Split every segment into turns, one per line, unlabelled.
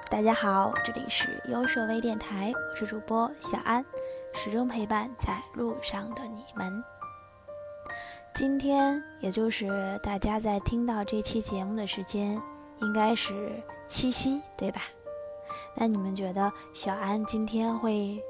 大家好，这里是优设微电台，我是主播小安，始终陪伴在路上的你们。今天也就是大家在听到这期节目的时间，应该是七夕，对吧？那你们觉得小安今天会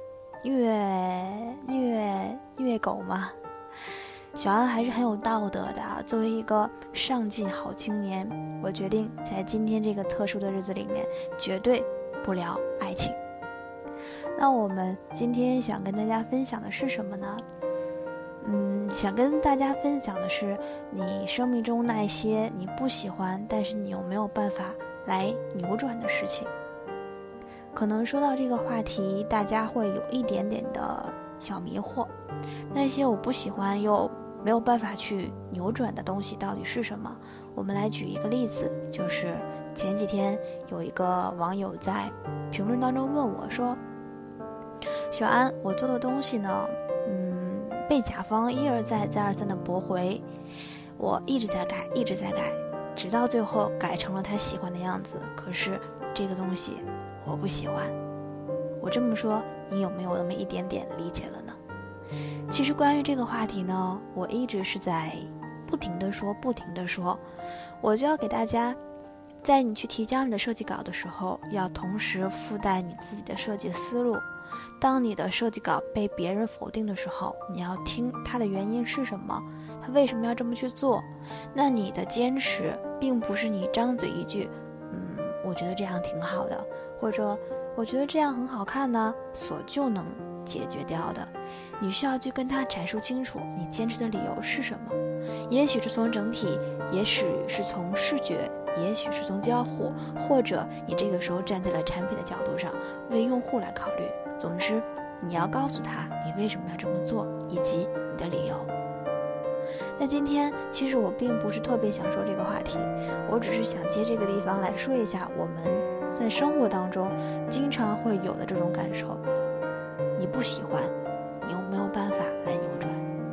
虐狗吗？小安还是很有道德的，作为一个上进好青年，我决定在今天这个特殊的日子里面绝对不聊爱情。那我们今天想跟大家分享的是什么呢？想跟大家分享的是你生命中那一些你不喜欢但是你又没有办法来扭转的事情。可能说到这个话题，大家会有一点点的小迷惑，那些我不喜欢又没有办法去扭转的东西到底是什么？我们来举一个例子，就是前几天有一个网友在评论当中问我说，小安，我做的东西呢，被甲方一而再再而三的驳回，我一直在改，直到最后改成了他喜欢的样子，可是这个东西我不喜欢。我这么说，你有没有那么一点点理解了呢？其实关于这个话题呢，我一直是在不停地说，我就要给大家，在你去提交你的设计稿的时候，要同时附带你自己的设计思路。当你的设计稿被别人否定的时候，你要听他的原因是什么，他为什么要这么去做。那你的坚持并不是你张嘴一句我觉得这样挺好的，或者我觉得这样很好看呢，所就能解决掉的。你需要去跟他阐述清楚你坚持的理由是什么，也许是从整体，也许是从视觉，也许是从交互，或者你这个时候站在了产品的角度上，为用户来考虑。总之，你要告诉他你为什么要这么做，以及你的理由。那今天其实我并不是特别想说这个话题，我只是想借这个地方来说一下我们在生活当中经常会有的这种感受。你不喜欢，你又没有办法来扭转。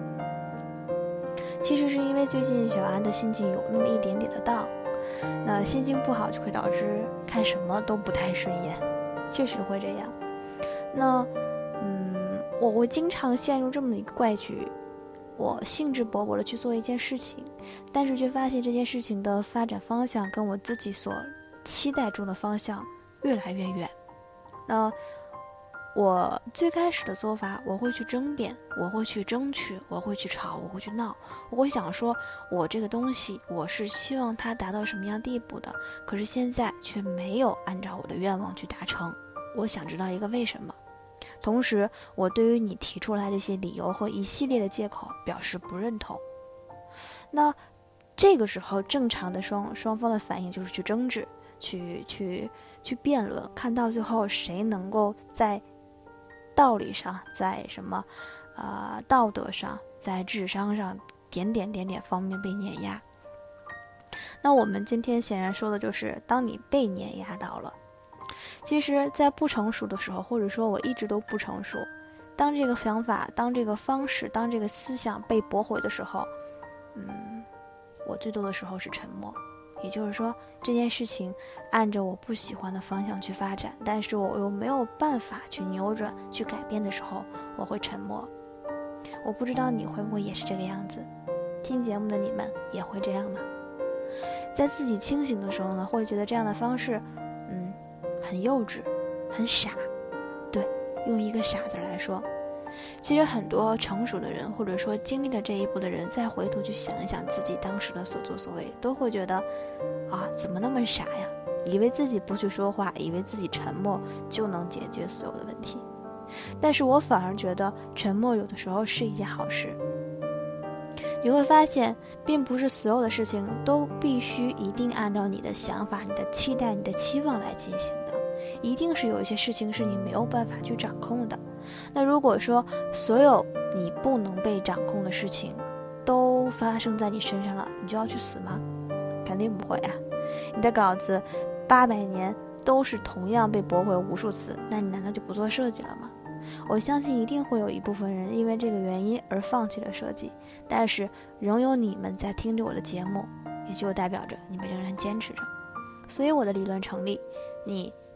其实是因为最近小安的心情有那么一点点的down，那心情不好就会导致看什么都不太顺眼，确实会这样。那我会经常陷入这么一个怪局，我兴致勃勃的去做一件事情，但是却发现这件事情的发展方向跟我自己所期待中的方向越来越远。那我最开始的做法，我会去争辩，我会去争取，我会去吵，我会去闹，我会想说我这个东西我是希望它达到什么样地步的，可是现在却没有按照我的愿望去达成。我想知道一个为什么，同时我对于你提出来这些理由和一系列的借口表示不认同。那这个时候正常的双方的反应就是去争执，去辩论，看到最后谁能够在道理上，在什么道德上，在智商上点方面被碾压。那我们今天显然说的就是当你被碾压到了。其实在不成熟的时候，或者说我一直都不成熟，当这个想法，当这个方式，当这个思想被驳回的时候，我最多的时候是沉默。也就是说，这件事情按着我不喜欢的方向去发展，但是我又没有办法去扭转去改变的时候，我会沉默。我不知道你会不会也是这个样子，听节目的你们也会这样吗？在自己清醒的时候呢，会觉得这样的方式很幼稚，很傻。对，用一个傻字来说。其实很多成熟的人，或者说经历了这一步的人，再回头去想一想自己当时的所作所为，都会觉得怎么那么傻呀，以为自己不去说话，以为自己沉默就能解决所有的问题。但是我反而觉得沉默有的时候是一件好事。你会发现并不是所有的事情都必须一定按照你的想法，你的期待，你的期望来进行的，一定是有一些事情是你没有办法去掌控的。那如果说所有你不能被掌控的事情都发生在你身上了，你就要去死吗？肯定不会啊。你的稿子800年都是同样被驳回无数次，那你难道就不做设计了吗？我相信一定会有一部分人因为这个原因而放弃了设计，但是仍有你们在听着我的节目，也就代表着你们仍然坚持着。所以我的理论成立，你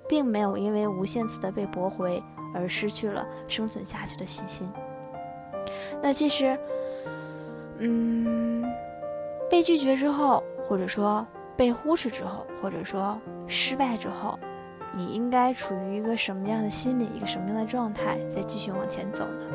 并没有因为无限次的被驳回而失去了生存下去的信心。那其实被拒绝之后，或者说被忽视之后，或者说失败之后，你应该处于一个什么样的心理，一个什么样的状态再继续往前走呢？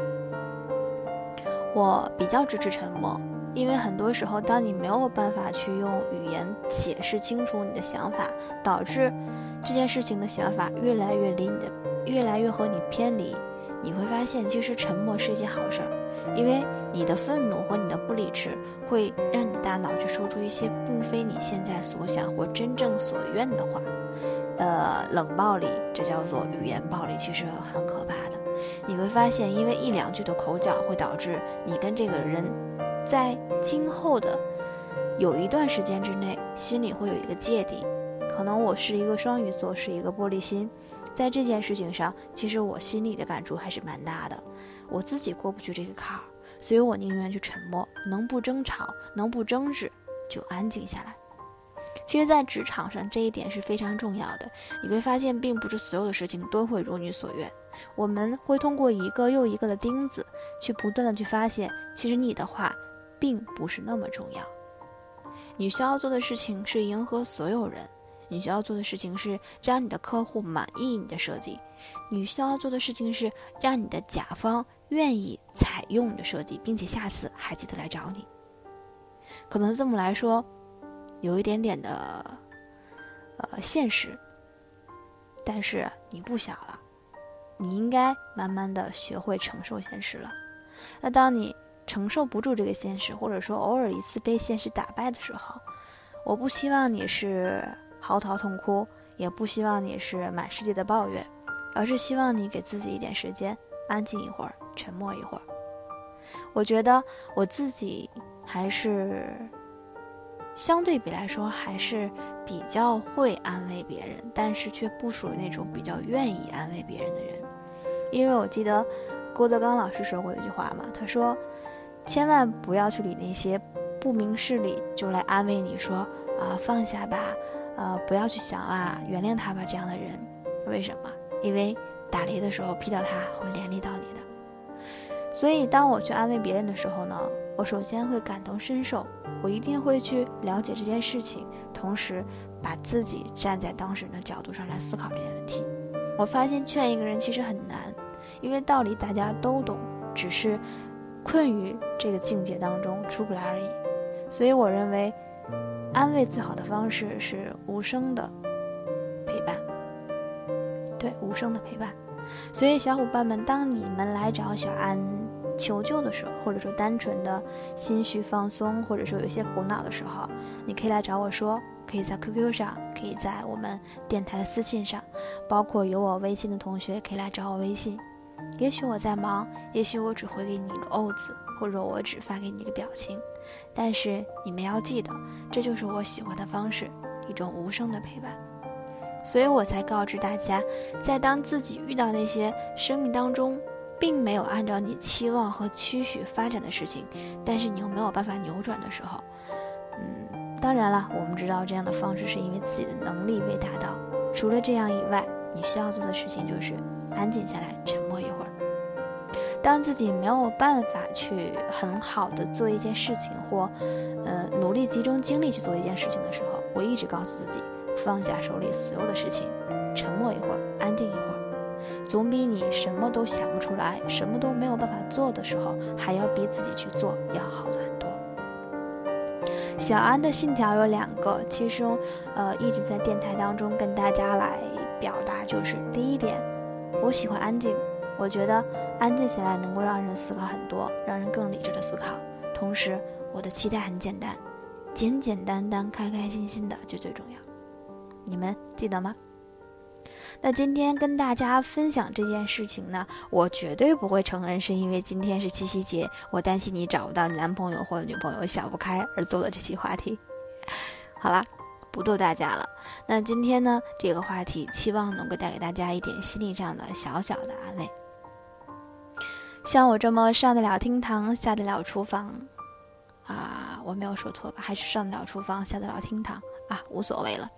我比较支持沉默，因为很多时候当你没有办法去用语言解释清楚你的想法，导致这件事情的想法越来越和你偏离，你会发现其实沉默是一件好事儿。因为你的愤怒和你的不理智会让你大脑去说出一些并非你现在所想或真正所愿的话。冷暴力，这叫做语言暴力，其实很可怕的。你会发现因为一两句的口角会导致你跟这个人在今后的有一段时间之内心里会有一个芥蒂。可能我是一个双鱼座，是一个玻璃心，在这件事情上其实我心里的感触还是蛮大的，我自己过不去这个坎儿，所以我宁愿去沉默，能不争吵，能不争执就安静下来。其实在职场上这一点是非常重要的，你会发现并不是所有的事情都会如你所愿，我们会通过一个又一个的钉子去不断的去发现，其实你的话并不是那么重要。你需要做的事情是迎合所有人，你需要做的事情是让你的客户满意你的设计，你需要做的事情是让你的甲方愿意采用你的设计，并且下次还记得来找你。可能这么来说有一点点的现实，但是你不小了，你应该慢慢的学会承受现实了。那当你承受不住这个现实，或者说偶尔一次被现实打败的时候，我不希望你是嚎啕痛哭，也不希望你是满世界的抱怨，而是希望你给自己一点时间，安静一会儿，沉默一会儿。我觉得我自己还是相对比来说还是比较会安慰别人，但是却不属于那种比较愿意安慰别人的人。因为我记得郭德纲老师说过一句话嘛，他说千万不要去理那些不明事理就来安慰你说放下吧，不要去想啦，原谅他吧这样的人。为什么？因为打雷的时候劈到他会连累到你的。所以当我去安慰别人的时候呢，我首先会感同身受，我一定会去了解这件事情，同时把自己站在当事人的角度上来思考这件问题。我发现劝一个人其实很难，因为道理大家都懂，只是困于这个境界当中出不来而已。所以我认为安慰最好的方式是无声的陪伴，对，无声的陪伴。所以小伙伴们，当你们来找小安求救的时候，或者说单纯的心绪放松，或者说有些苦恼的时候，你可以来找我说，可以在 QQ 上，可以在我们电台的私信上，包括有我微信的同学可以来找我微信。也许我在忙，也许我只会给你一个哦字，或者我只发给你一个表情，但是你们要记得，这就是我喜欢的方式，一种无声的陪伴。所以我才告知大家，在当自己遇到那些生命当中并没有按照你期望和期许发展的事情，但是你又没有办法扭转的时候，当然了，我们知道这样的方式是因为自己的能力未达到。除了这样以外，你需要做的事情就是安静下来，沉默一会儿。当自己没有办法去很好的做一件事情，或努力集中精力去做一件事情的时候，我一直告诉自己，放下手里所有的事情，沉默一会儿，安静一会儿，总比你什么都想不出来，什么都没有办法做的时候还要逼自己去做要好的很多。小安的信条有2个，其中一直在电台当中跟大家来表达，就是第一点，我喜欢安静，我觉得安静下来能够让人思考很多，让人更理智的思考。同时我的期待很简单，简简单单开开心心的就最重要，你们记得吗？那今天跟大家分享这件事情呢，我绝对不会承认是因为今天是七夕节，我担心你找不到男朋友或者女朋友想不开而做了这期话题。好啦，不逗大家了。那今天呢，这个话题期望能够带给大家一点心理上的小小的安慰。像我这么上得了厅堂下得了厨房我没有说错吧，还是上得了厨房下得了厅堂无所谓了。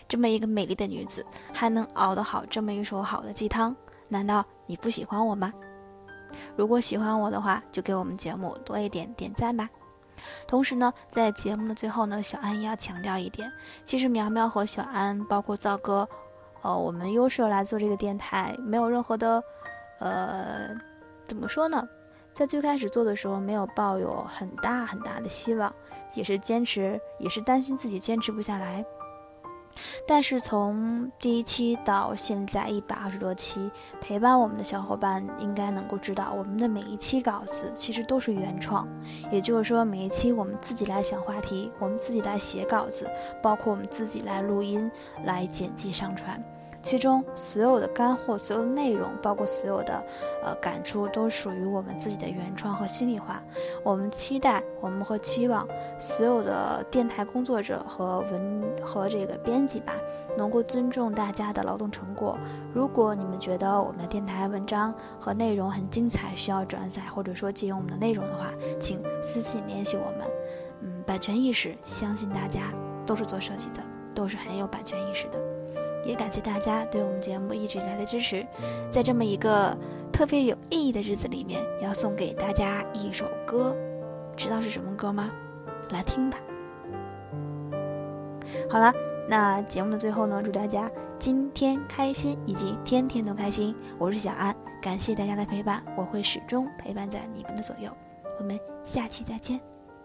这么一个美丽的女子，还能熬得好这么一手好的鸡汤，难道你不喜欢我吗？如果喜欢我的话，就给我们节目多一点点赞吧。同时呢，在节目的最后呢，小安也要强调一点，其实苗苗和小安包括造哥我们优社来做这个电台，没有任何的怎么说呢，在最开始做的时候没有抱有很大的希望，也是担心自己坚持不下来。但是从第1期到现在120多期，陪伴我们的小伙伴应该能够知道，我们的每一期稿子其实都是原创，也就是说每一期我们自己来想话题，我们自己来写稿子，包括我们自己来录音来剪辑上传，其中所有的干货，所有的内容，包括所有的感触，都属于我们自己的原创和心里话。我们期待，我们和期望所有的电台工作者和这个编辑吧，能够尊重大家的劳动成果。如果你们觉得我们的电台文章和内容很精彩，需要转载或者说借用我们的内容的话，请私信联系我们。版权意识，相信大家都是做设计的，都是很有版权意识的。也感谢大家对我们节目一直以来的支持，在这么一个特别有意义的日子里面，要送给大家一首歌，知道是什么歌吗？来听吧。好了，那节目的最后呢，祝大家今天开心，以及天天都开心。我是小安，感谢大家的陪伴，我会始终陪伴在你们的左右。我们下期再见。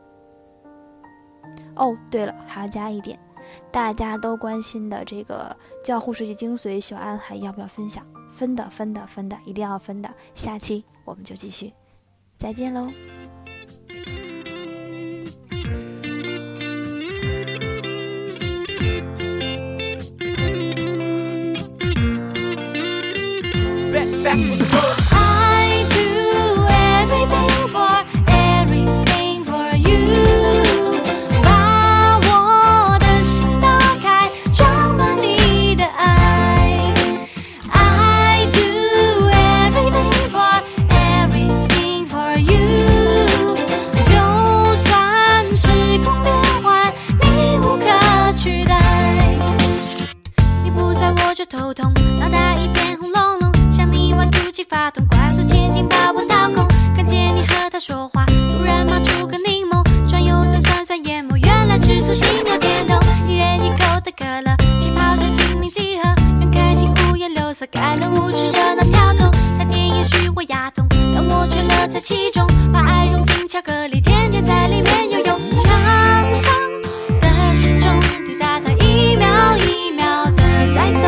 哦，对了，还要加一点，大家都关心的这个交互设计精髓，小安还要不要分享？分的，一定要分的。下期我们就继续，再见喽。
I do everything for everything for you， 把我的心打开，装满你的爱。I do everything for everything for you， 就算时空变换，你无可取代。你不在我就头痛，脑袋一片轰隆隆，突击发动，快速前进，把我掏空。看见你和他说话，突然冒出个柠檬，转悠着酸酸眼眸，原来吃醋心跳变动。一人一口的可乐，气泡着精灵几何，让开心五颜六色，感到舞池热闹跳动。他甜言虚或哑动，让我全乐在其中，把爱融进巧克力，天天在里面游泳。墙上的时钟滴答答，一秒一秒的在走。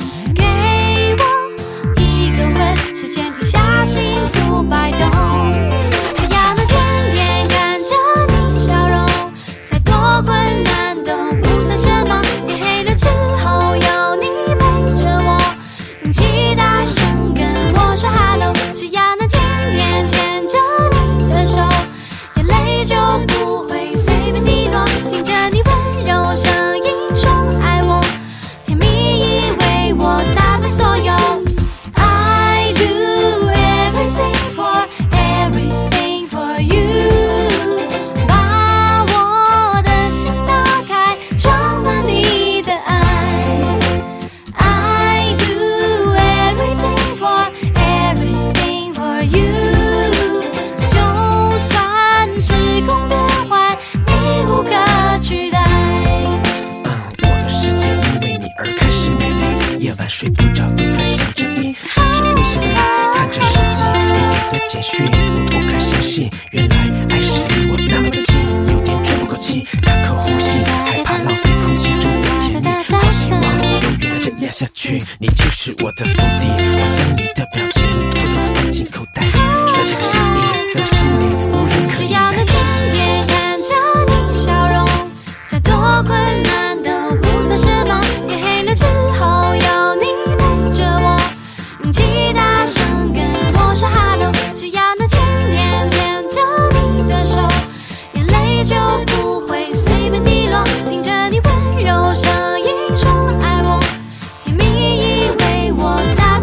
幸福摆动，只要能天天看着你笑容，再多困难都不算什么。天黑了之后有你陪着我，勇气大声跟我说 hello， 只要能天天牵着你的手，眼泪就不会随便滴落。听着你温柔声音说爱我，甜蜜以为我打败所有。Everything for you， 把我的心打开，装满你的爱。I do everything for everything for you， 就算时空变换，你无可取代。
我的世界因为你而开始美丽，夜晚睡不着都在想着你，想着微笑的你，看着手机你给的简讯，我不敢相信，原来爱是离我那么的近，有点喘不过气，大口呼吸，害怕浪费空气中的甜蜜，好希望永远的这样下去，你就是我的腹地，我将你的表情偷偷的放进口袋，帅气的声音在我心里无人可以代替。
只要能天天看着你笑容，再多困难都不算什么。天黑了之后有你陪着我，勇气大声跟我说 hello， 只要能天天牵着你的手，眼泪就不会随便滴落。听着你温柔声音说爱我，甜蜜以为我打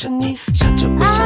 着你，想着微笑